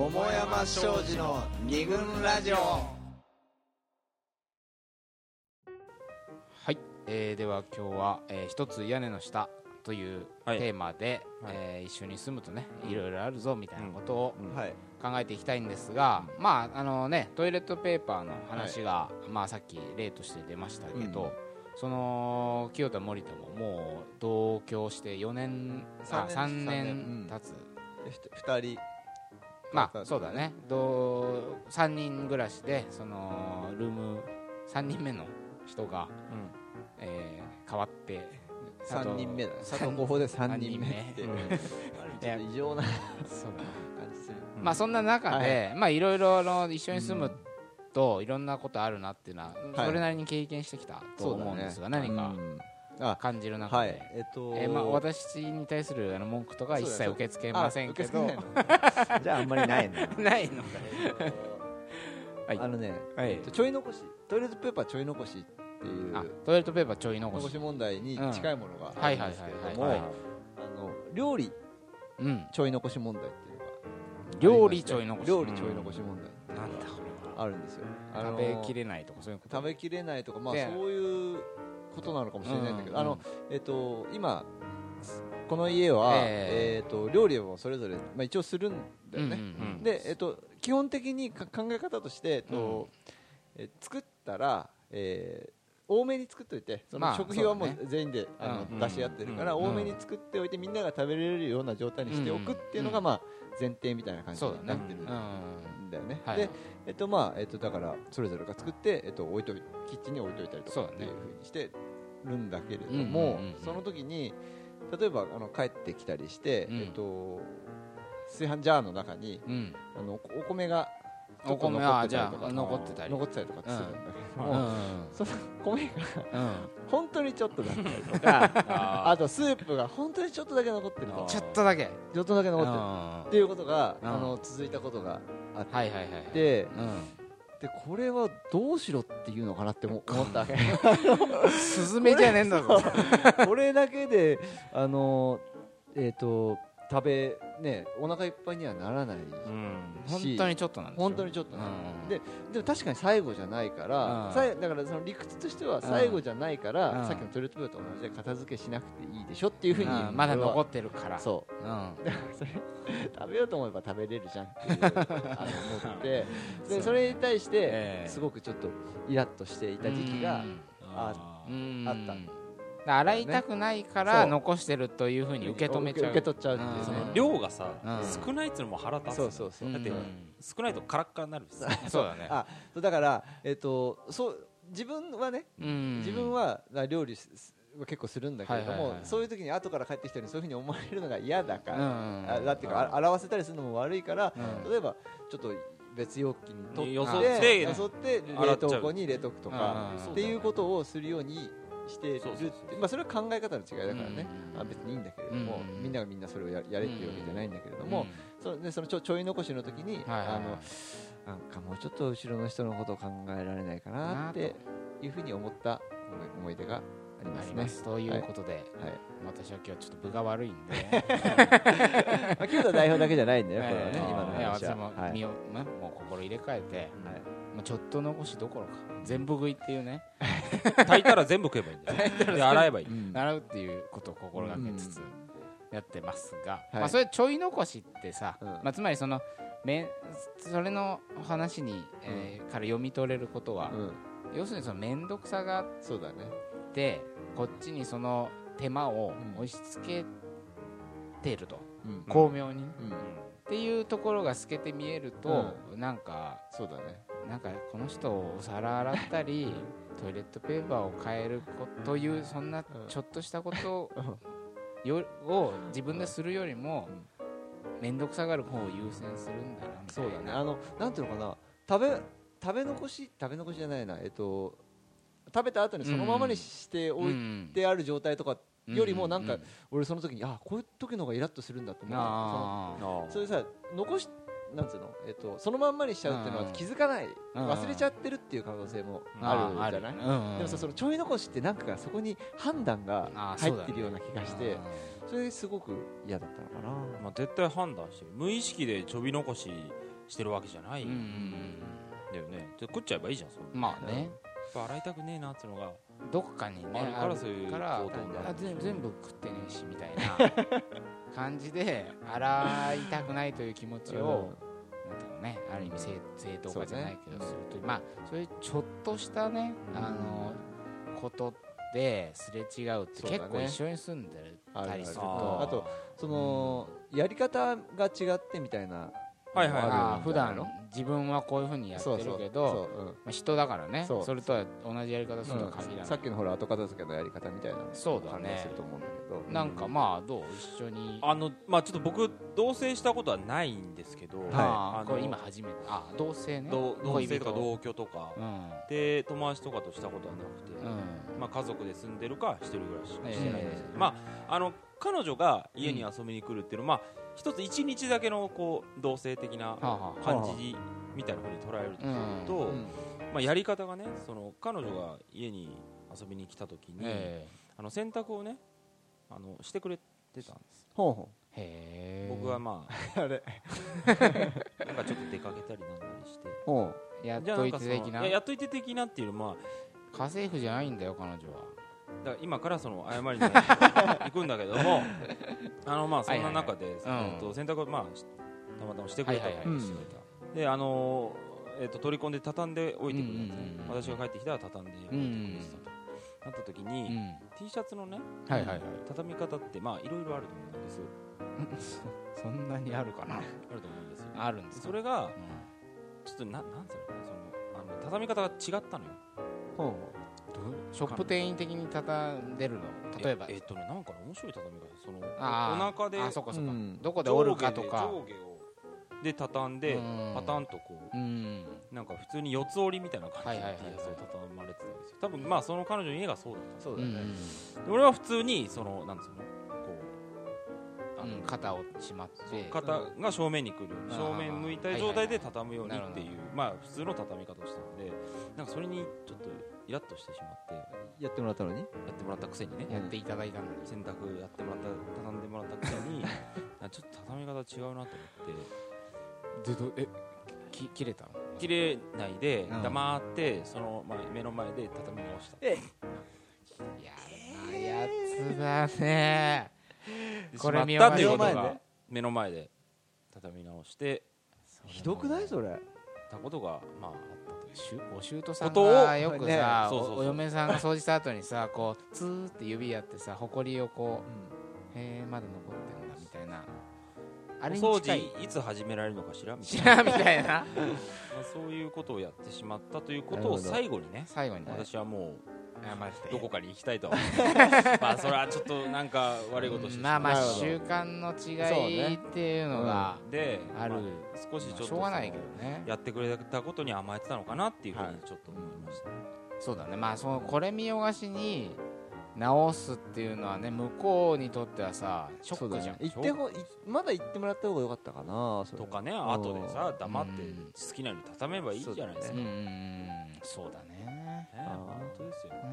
桃山商事の二軍ラジオ。 はい、では今日は、一つ屋根の下というテーマで、一緒に住むとね、いろいろあるぞみたいなことを考えていきたいんですが、まあトイレットペーパーの話が、まあ、さっき例として出ましたけど、その清田森田ももう同居して4年3年経つ、 2人、 まあそうだね、3人暮らしで、そのルーム3人目の人が、変わって 3人目だね。佐藤候補で3人目ってちょっと異常な感じする。 まあそんな中で、まあいろいろ一緒に住むといろんなことあるなっていうのはそれなりに経験してきたと思うんですが、何か感じる中で、まあ私に対する文句とか一切受け付けませんけど、 じゃああんまりないのないのちょい残し、トイレットペーパーちょい残しっていう、 トイレットペーパーちょい残し問題に近いものがあるんですけれども、料理ちょい残し問題っていうのが、 料理ちょい残し問題なんだこれはあるんですよ。 食べきれないとかそういうこと、 食べきれないとか、まあそういうことなのかもしれないんだけど、今この家は料理をそれぞれ一応するんだよね。で基本的に考え方として作ったら多めに作っておいて、その食費はもう全員で出し合ってるから、多めに作っておいてみんなが食べれるような状態にしておくっていうのがまあ前提みたいな感じになってるんだよね。でだからそれぞれが作って置いといキッチンに置いといたりとかっていう風にしてるんだけれども、その時に例えば帰ってきたりして炊飯ジャーの中にお米がちょっと残ってたりとかするんだけども、その米が本当にちょっとだったりとか、あとスープが本当にちょっとだけ残ってると、 ちょっとだけ残ってるっていうことが続いたことがあって、でこれはどうしろっていうのかなって思ったわけ。 スズメじゃねえんだぞ。 これだけで食べね、お腹いっぱいにはならないし、 本当にちょっとなんですよ。 本当にちょっとでも確かに最後じゃないから、だからその理屈としては最後じゃないから、さっきのトイレットペーパーと同じで片付けしなくていいでしょっていうふうに、 まだ残ってるから、 そうだからそれ食べようと思えば食べれるじゃんっていう思ってで、それに対してすごくちょっとイラッとしていた時期があったんだ。 洗いたくないから残してるというふうに受け止めちゃう、 受け取っちゃうっていうね。 量がさ少ないっていうのも腹立つ。 そうだって少ないとカラッカラになるし。 そうだね。 だからそう自分はね、自分は料理結構するんだけれども、そういう時に後から帰ってきたようにそういうふうに思われるのが嫌だから、だっていうか洗わせたりするのも悪いから、例えばちょっっと別容器に取ってよそって冷凍庫に入れとくとかっていうことをするようにしてるって、まあそれは考え方の違いだからね、別にいいんだけれども、みんながみんなそれをやれっていうわけじゃないんだけれども、そのちょい残しの時になんかもうちょっと後ろの人のことを考えられないかなっていうふうに思った思い出がありますね。 ということで、私は今日ちょっと分が悪いんで清田代表だけじゃないんだよ、これはね、今の話は。 私ももう心入れ替えて、ちょっと残しどころか全部食いっていうね炊いたら全部食えばいいんだよで洗えばいい、 洗うっていうことを心がけつつやってますが、まあそれちょい残しってさ、つまりそれの話にから読み取れることは、要するにその面倒くさがってこっちにその手間を押し付けていると、巧妙にっていうところが透けて見えると、なんかそうだね、 なんかこの人お皿洗ったりトイレットペーパーを変えるというそんなちょっとしたことを自分でするよりも面倒くさがる方を優先するんだなみたいな。 そうだね、なんていうのかな、食べ残しじゃないな、食べた後にそのままにしておいてある状態とかよりも、なんか俺その時にこういう時の方がイラッとするんだと思う。それさ、なんつうの、そのまんまにしちゃうっていうのは気づかない、忘れちゃってるっていう可能性もあるじゃない。でもさ、そのちょい残しってなんかそこに判断が入ってるような気がして、それすごく嫌だったのかな。 絶対判断してる。無意識でちょび残ししてるわけじゃないだよね。食っちゃえばいいじゃん。 まあね、 洗いたくねえなっていうのがどっかにねあるからそういう行動になる。 全部食ってねえしみたいな感じで洗いたくないという気持ちをなんていうのね、ある意味正当化じゃないけどすると、まあそういうちょっとしたねことですれ違うって結構一緒に住んでたりすると、 あとそのやり方が違ってみたいな、 普段自分はこういうふうにやってるけど人だからね、それとは同じやり方するとは限らない。 さっきのほら後片付けのやり方みたいなそうだね、 すると思うんだけど、 なんかまあどう一緒にまあちょっと僕同棲したことはないんですけど、 これ今初めて同棲ね、 同棲とか同居とかで友達とかとしたことはなくて、まあ家族で住んでるか一人暮らししてないんですけど、まあ彼女が家に遊びに来るっていうのは、まあ一つ一日だけのこう同棲的な感じみたいな風に捉えると、まあやり方がね、その彼女が家に遊びに来た時に洗濯をねしてくれてたんです。僕はまあなんかちょっと出かけたりなんだりしてやっといて的な、 やっといて的なっていうのは家政婦じゃないんだよ彼女は。 だから今からその謝りに行くんだけどもまあそんな中で洗濯をまあたまたましてくれたで取り込んで畳んでおいてくれたんですね。私が帰ってきたら畳んでおいてくれてたとなった時に T シャツのね畳み方ってまあいろいろあると思うんです。 そんなにあるかな。 あると思うんですよ。 あるんです。 それがちょっとなんつうのかな、その畳み方が違ったのよ。 ショップ店員的に畳んでるの、例えばなんか面白い畳み方、そのお腹でどこで折るかとか上下をで畳んでパタンとこうなんか普通に四つ折りみたいな感じで T シャツを畳まれてたんですよ。多分まあその彼女の家がそうだった。 そうだね。 俺は普通にそのなんつうのこう肩をしまって肩が正面に来る、正面向いた状態で畳むようにっていうまあ普通の畳み方をしたので、なんかそれにちょっとイラッとしてしまってやってもらったのにやってもらったくせにね、 やっていただいたのに洗濯やってもらった畳んでもらったくせにちょっと畳み方違うなと思って。 切れたの？ 切れないで黙ってその目の前で畳み直した。 やつだね。 これ見ようが目の前で畳み直してひどくないそれ？ たことがまああったという。 お舅さんがよくさ、お嫁さんが掃除した後にさ、こうツーって指やってさ、ほこりをこうまだ残ってんだみたいな。 あれに近い。お掃除いつ始められるのかしらみたいなそういうことをやってしまったということを最後にね、私はもうどこかに行きたいとまあそれはちょっとなんか悪いことしてまあ習慣の違いっていうのがある。 少しちょっとしょうがないけどね、 やってくれたことに甘えてたのかなっていうふうにちょっと思いましたね。 そうだね。まあそのこれ見よがしに直すっていうのはね、向こうにとってはさショックじゃん。 まだ言ってもらった方が良かったかなとかね。後でさ黙って好きなように畳めばいいじゃないですか。 そうだね。 本当ですよ。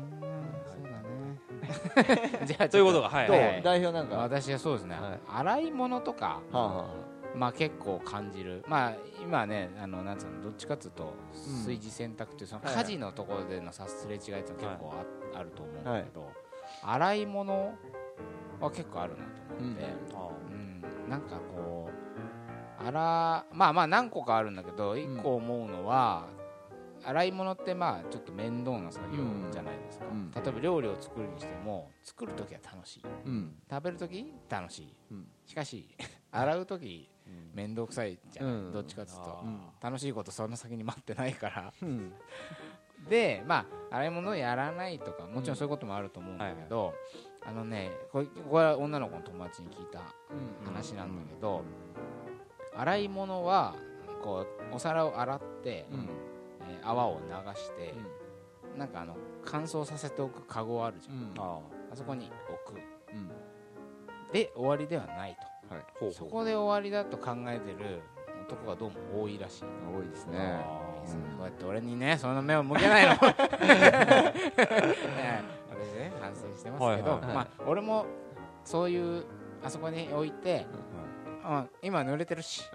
そうだね。じゃあということが代表なんか私はそうですね。洗い物とかまあ結構感じる。まあ今ねなんつうの、どっちかっていうと炊事洗濯っていうその家事のところでのすれ違いって結構あると思うんだけど、洗い物は結構あるなと思って、なんかこうまあ何個かあるんだけど、1個思うのは洗い物ってまあちょっと面倒な作業じゃないですか。例えば料理を作るにしても作るときは楽しい、食べるとき楽しい、しかし洗うとき面倒くさいじゃない、どっちかっていうと、楽しいことその先に待ってないからでまあ洗い物をやらないとかもちろんそういうこともあると思うんだけど、これは女の子の友達に聞いた話なんだけど、洗い物はこうお皿を洗って、泡を流して、なんか乾燥させておくカゴあるじゃん、あそこに置く、で終わりではないと、そこで終わりだと考えてる男がどうも多いらしい。 多いですね。 こうやって俺にねその目を向けないの俺ね反省してますけど、まあ俺もそういうあそこに置いて、今濡れてるし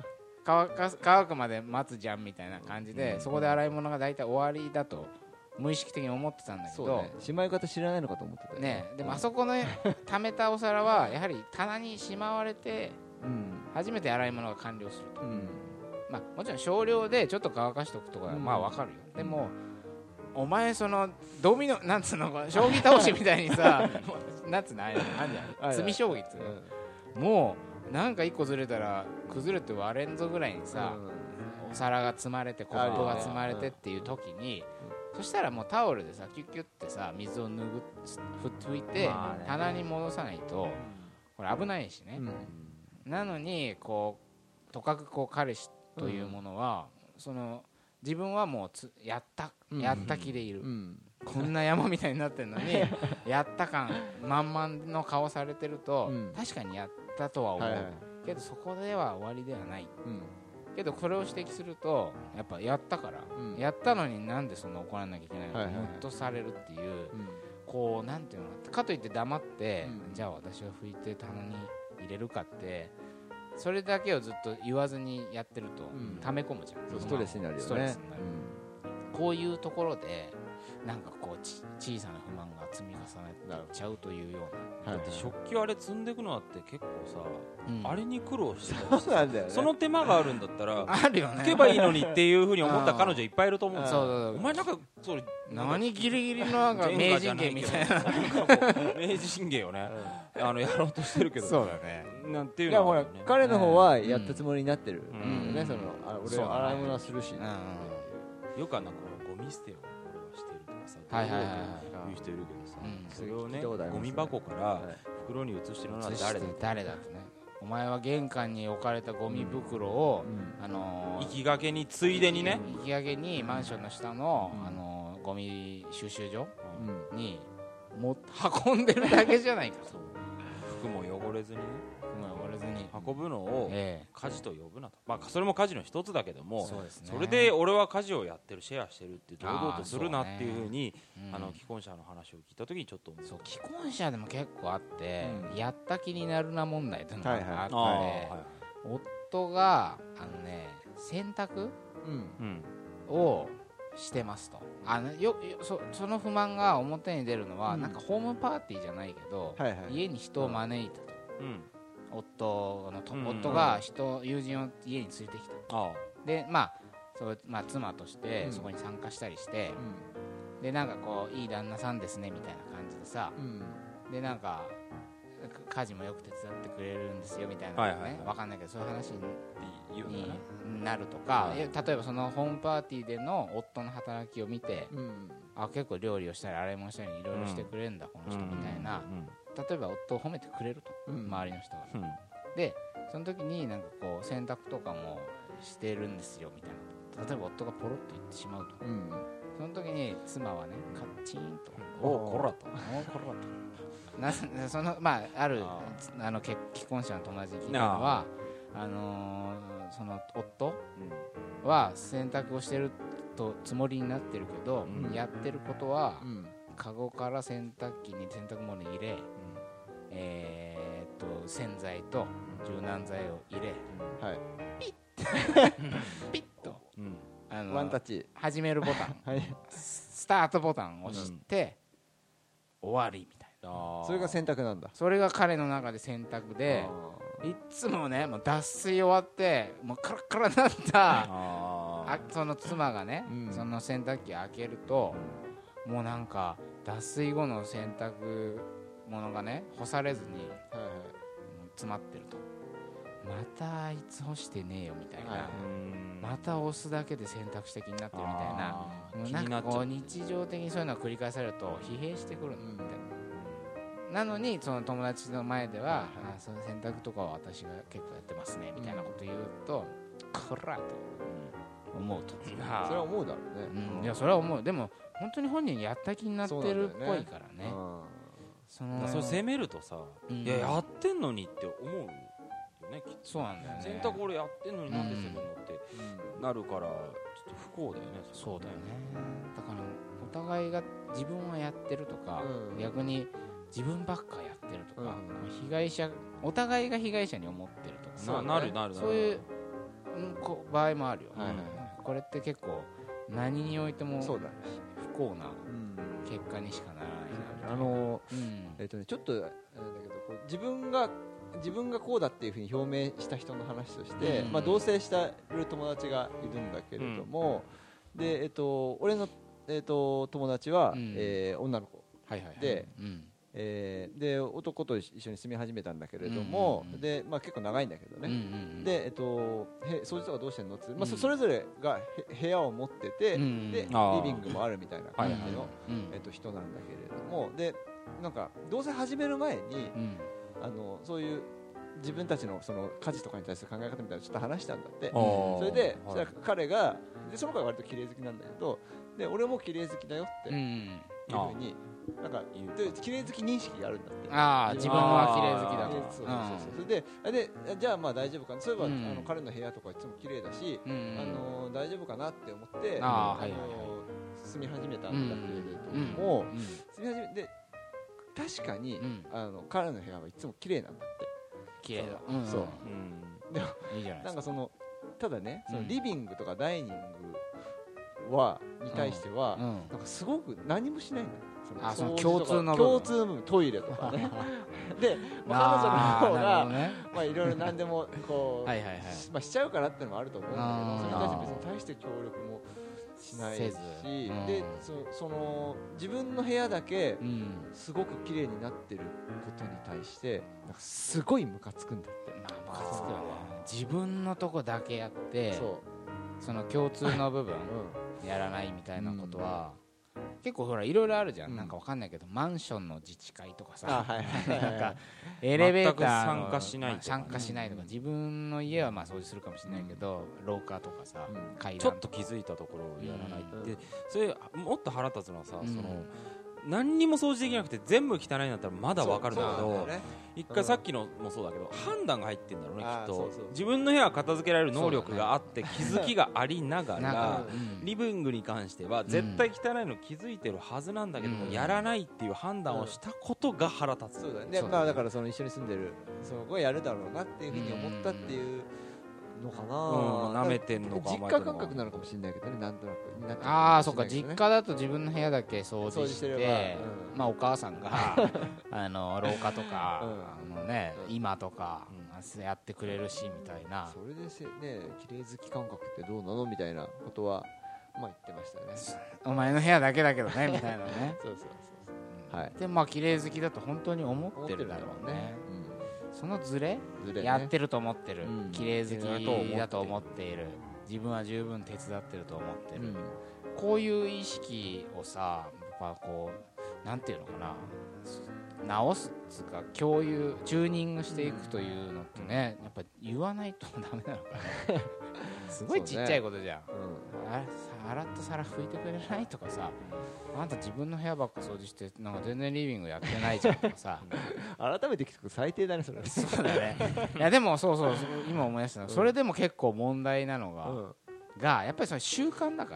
乾くまで待つじゃんみたいな感じで、そこで洗い物が大体終わりだと無意識的に思ってたんだけど、 しまい方知らないのかと思ってたよね。でもあそこの溜めたお皿はやはり棚にしまわれて初めて洗い物が完了すると、まあ、もちろん少量でちょっと乾かしておくとかはまあ分かるよ。でもお前そのドミノなんつうの将棋倒しみたいにさなんつうのあれ積み将棋っつうの、もうなんか一個ずれたら崩れて割れんぞぐらいにさ、お皿が積まれてコップが積まれてっていう時に、そしたらもうタオルでさキュッキュッてさ水を拭いて棚に戻さないとこれ危ないしね、なのにこうとかくこう彼氏というものはその自分はもうやった気でいる、こんな山みたいになってるのにやった感満々の顔されてると、確かにやったとは思う、けどそこでは終わりではない、けどこれを指摘するとやっぱやったから、やったのになんでそんな怒らなきゃいけないのか、ムッとされるっていう、こうなんていうのかといって黙って、じゃあ私は拭いて棚に入れるかってそれだけをずっと言わずにやってると溜め込むじゃん、 ストレスになるよね。 ストレスになる、こういうところでなんかこう小さな不満が積み重ねちゃうというような、 だって食器をあれ積んでいくのって結構さ、あれに苦労してたりして、 そうなんだよね、 その手間があるんだったらあるよね、 拭けばいいのにっていう風に思った彼女いっぱいいると思うんですよ。 お前なんかそれ何ギリギリのなんか名人芸みたいな明治神芸をね、やろうとしてるけど、 そうだね、 なんていうのは、 のは彼の方はやったつもりになってるんだよね、その俺は洗い物はするし、 よくこのゴミ捨てを俺はしてるとかさ、言う人いるけどさ、それをねゴミ箱から袋に移してるのは誰だとね、お前は玄関に置かれたゴミ袋を行きがけについでにね、 行きがけにマンションの下のゴミ収集所に運んでるだけじゃないかと、 服も汚れずにね、運ぶのを家事と呼ぶなと、まあそれも家事の一つだけども、それで俺は家事をやってる、シェアしてるって堂々とするなっていうふうに既婚者の話を聞いた時にちょっと思う。 そう、既婚者でも結構あって、やった気になるな問題というのがあって、夫が洗濯をしてますと、その不満が表に出るのはなんかホームパーティーじゃないけど家に人を招いたと、夫が友人を家に連れてきた、で妻としてそこに参加したりして、でなんかこういい旦那さんですねみたいな感じでさ、でなんか家事もよく手伝ってくれるんですよみたいなね、分かんないけどそういう話になるとか、例えばそのホームパーティーでの夫の働きを見て、結構料理をしたり洗い物したりいろいろしてくれるんだこの人みたいな、例えば夫を褒めてくれると、周りの人が、でその時になんかこう洗濯とかもしてるんですよみたいな、例えば夫がポロッと言ってしまうと、その時に妻はねカッチンとこらとそのある既婚者の友達に聞いたのは、その夫は洗濯をしてるとつもりになってるけど、やってることは、カゴから洗濯機に洗濯物に入れ、洗剤と柔軟剤を入れ、ピッと、 ワンタッチ始めるボタン、スタートボタンを押して、終わりみたいな、 それが洗濯なんだ。 それが彼の中で洗濯で、いつもねもう脱水終わってもうカラッカラになったその妻がね、その洗濯機開けると、もうなんか脱水後の洗濯物がね干されずに詰まってると、またいつ干してねえよみたいな、また押すだけで洗濯して気になってるみたいな、もうなんかこう日常的にそういうのが繰り返されると疲弊してくるんだって、なのにその友達の前では、その洗濯とかは私が結構やってますねみたいなこと言うと、こらと思うと、 それは思うだろうね、 いやそれは思う。でも本当に本人やった気になってるっぽいからね、 それ責めるとさ、いややってんのにって思うよね、きっと。 そうなんだよね、 洗濯俺やってんのになんで責めるのってなるから、ちょっと不幸だよね。 そうだよね。だからお互いが自分はやってるとか、逆に自分ばっかやってるとか、被害者お互いが被害者に思ってるとか、 なるそういう場合もあるよ、これって結構何においても不幸な結果にしかならないちょっとなんだけど自分がこうだっていうふうに表明した人の話として、同棲してる友達がいるんだけれども、で俺の友達は女の子で、で男と一緒に住み始めたんだけれども、で結構長いんだけどね、で掃除とかどうしてんのって、それぞれが部屋を持ってて、でリビングもあるみたいな感じの人なんだけれども、でなんか同棲始める前にそういう自分たちのその家事とかに対する考え方みたいなのちょっと話したんだって。それで彼がその子は割と綺麗好きなんだけど、で俺も綺麗好きだよっていうふうになんか綺麗好き認識があるんだって。 自分は綺麗好きだと。 それでじゃあまあ大丈夫かな、そういえば彼の部屋とかいつも綺麗だし大丈夫かなって思って住み始めたんだけれども、住み始めで確かに彼の部屋はいつも綺麗なんだって。 綺麗だ。 そう。でもなんかただね、そのリビングとかダイニングに対してはなんかすごく何もしないんだよ。 その共通のトイレとかね。で彼女の方がいろいろ何でもこうしちゃうからっていうのもあると思うんだけど、それに対して別に大して協力もしないし、でその自分の部屋だけすごく綺麗になってることに対してなんかすごいムカつくんだって。 ムカつくよね。自分のとこだけやってその共通の部分やらないみたいなことは結構ほらいろいろあるじゃん。なんかわかんないけどマンションの自治会とかさ、なんかエレベーター参加しないとか、自分の家はまあ掃除するかもしれないけど廊下とかさ階段ちょっと気づいたところをやらないって、それもっと腹立つのはさ、その何にも掃除できなくて全部汚いんだったらまだわかるんだけど、一回さっきのもそうだけど判断が入ってんだろうね、きっと。自分の部屋を片付けられる能力があって気づきがありながらリビングに関しては絶対汚いの気づいてるはずなんだけどもやらないっていう判断をしたことが腹立つ。 そうだね。だからその一緒に住んでるその子がやるだろうなっていうふうに思ったっていうのかな。 舐めてんのか実家感覚なのかもしれないけどね、なんとなく。 そうか、実家だと自分の部屋だけ掃除してまあお母さんが廊下とか今とかやってくれるしみたいな。 それでね、綺麗好き感覚ってどうなのみたいなことはまあ言ってましたね。 お前の部屋だけだけどねみたいなね。 そうでまあ綺麗好きだと本当に思ってるだろうね。そのズレやってると思ってる、綺麗好きだと思っている、自分は十分手伝ってると思ってる、こういう意識をさ、やっぱこうなんていうのかな、直すつうか共有チューニングしていくというのってね、やっぱ言わないとダメなのかね。すごいちっちゃいことじゃん。洗った皿拭いてくれないとかさ、あんた自分の部屋ばっか掃除してなんか全然リビングやってないじゃんとかさ。 改めて聞くと最低だねそれ。 そうだね。いやでもそう今思い出したの、それでも結構問題なのがやっぱりその習慣だから、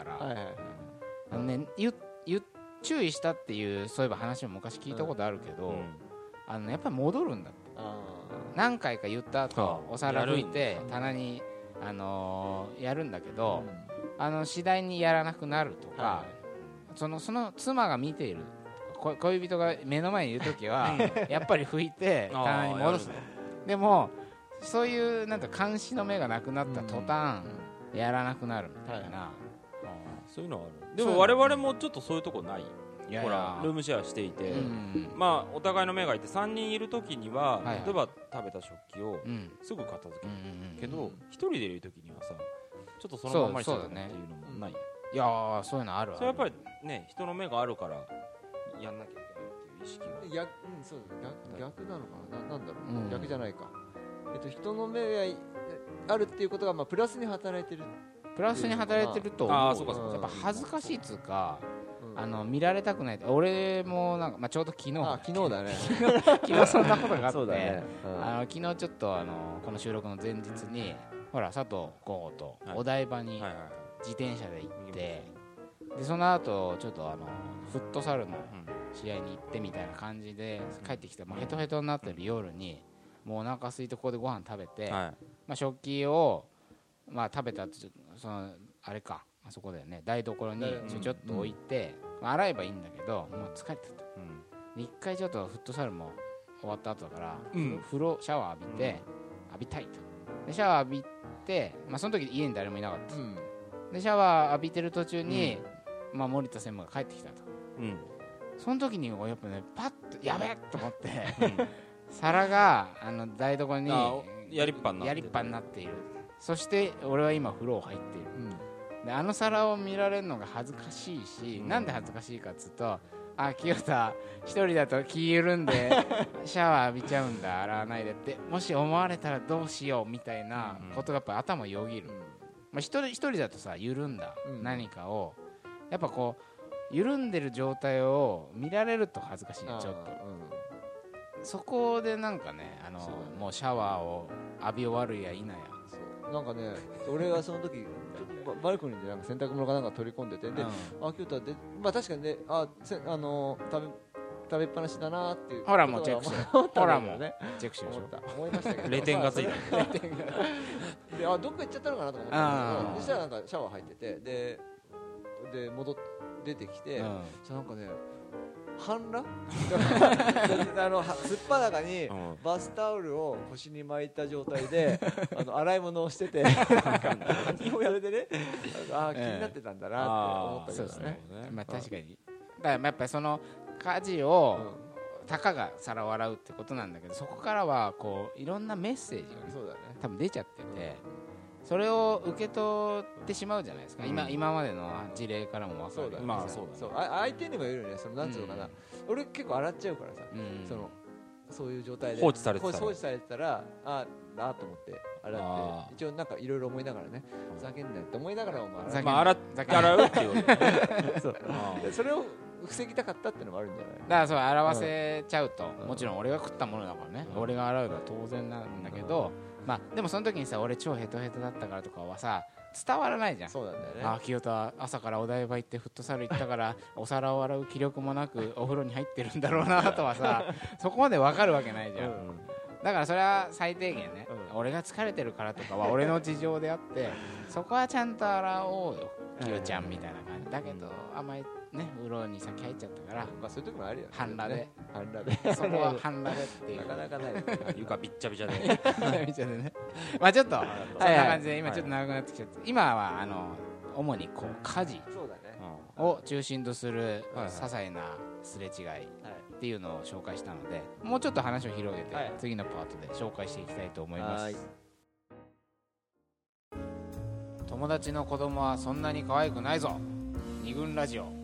注意したっていうそういえば話も昔聞いたことあるけど、やっぱり戻るんだって。何回か言った後お皿拭いて棚にやるんだけど、次第にやらなくなるとか、その妻が見ている恋人が目の前にいるときはやっぱり拭いて棚に戻す。でもそういうなんか監視の目がなくなった途端やらなくなるみたいな、 そういうのはある。でも我々もちょっとそういうとこない？ほらルームシェアしていて、まあお互いの目がいて3人いるときには例えば食べた食器をすぐ片付けるけど、1人でいるときにはさちょっとそのままにしてたっていうのもない？ いやそういうのある。 それやっぱりね、人の目があるからやんなきゃいけないっていう意識が逆なのかな、なんだろう、逆じゃないか。人の目があるっていうことがまあプラスに働いてる。 プラスに働いてると思う。やっぱ恥ずかしいっつうか。見られたくない。俺もなんか、ちょうど昨日だね。 昨日そんなことがあって、昨日ちょっとこの収録の前日にほら佐藤豪とお台場に自転車で行って、でその後ちょっとフットサルの試合に行ってみたいな感じで帰ってきて、ヘトヘトになってる夜にもうお腹空いてここでご飯食べて、食器をまあ食べた後そのあれかあそこだよね台所にちょっと置いて、まあ、洗えばいいんだけどもう疲れてた、一回ちょっとフットサルも終わった後だから、風呂シャワー浴びたいとでシャワー浴びて、まあ、その時家に誰もいなかった、でシャワー浴びてる途中に、まあ、森田専務が帰ってきたと、その時にやっぱねパッとやべえと思って、皿が台所にやりっぱになっている。そして俺は今風呂入っている、で皿を見られるのが恥ずかしいし、なんで恥ずかしいかっつうと清田一人だと気緩んでシャワー浴びちゃうんだ洗わないでってもし思われたらどうしようみたいなことがやっぱ頭よぎる、まあ、一人だとさ緩んだ何かをやっぱこう緩んでる状態を見られると恥ずかしいちょっと、そこでなんかねもうシャワーを浴び終わるや否やなんかね俺がその時バルコニーでなんか洗濯物かなんか取り込んでて、で清田でまあ確かにね食べっぱなしだなっていうほらもうチェックしてほらもうチェックして思いましたけど 0点がついたでどっか行っちゃったのかなと思ったんだけど、そしたらなんかシャワー入っててで出てきて、なんかね半裸すっぱだかにバスタオルを腰に巻いた状態で洗い物をしてて何をやれてね気になってたんだなって思ったけどね。 まあ確かにだからやっぱりその家事をたかが皿を洗うってことなんだけど、そこからはこういろんなメッセージが多分出ちゃってて、それを受け取ってしまうじゃないですか、今までの事例からも分かる。 まあそう相手にもよるよね。そのなんつうのかな、俺結構洗っちゃうからさ、そういう状態で放置されてたらと思って洗って、一応なんかいろいろ思いながらね、ふざけんなよって思いながらも洗うっていうそれを防ぎたかったっていうのもあるんじゃない。 だからそう洗わせちゃうと、もちろん俺が食ったものだからね、俺が洗うのは当然なんだけど、まあでもその時にさ俺超ヘトヘトだったからとかはさ伝わらないじゃん。 そうなんだよね。 清田朝からお台場行ってフットサル行ったからお皿を洗う気力もなくお風呂に入ってるんだろうなとはさそこまで分かるわけないじゃん、だからそれは最低限ね、俺が疲れてるからとかは俺の事情であってそこはちゃんと洗おうよキヨちゃんみたいな感じだけど、あんまりね風呂に先入っちゃったから、 まあそういう時もあるよね。 半裸でそこは半裸でっていうなかなかない床びっちゃびちゃでまあちょっそんな感じで今ちょっと長くなってきちゃって、今は主にこう家事を中心とする些細なすれ違いっていうのを紹介したので、もうちょっと話を広げて次のパートで紹介していきたいと思います。友達の子供はそんなに可愛くないぞ、二軍ラジオ。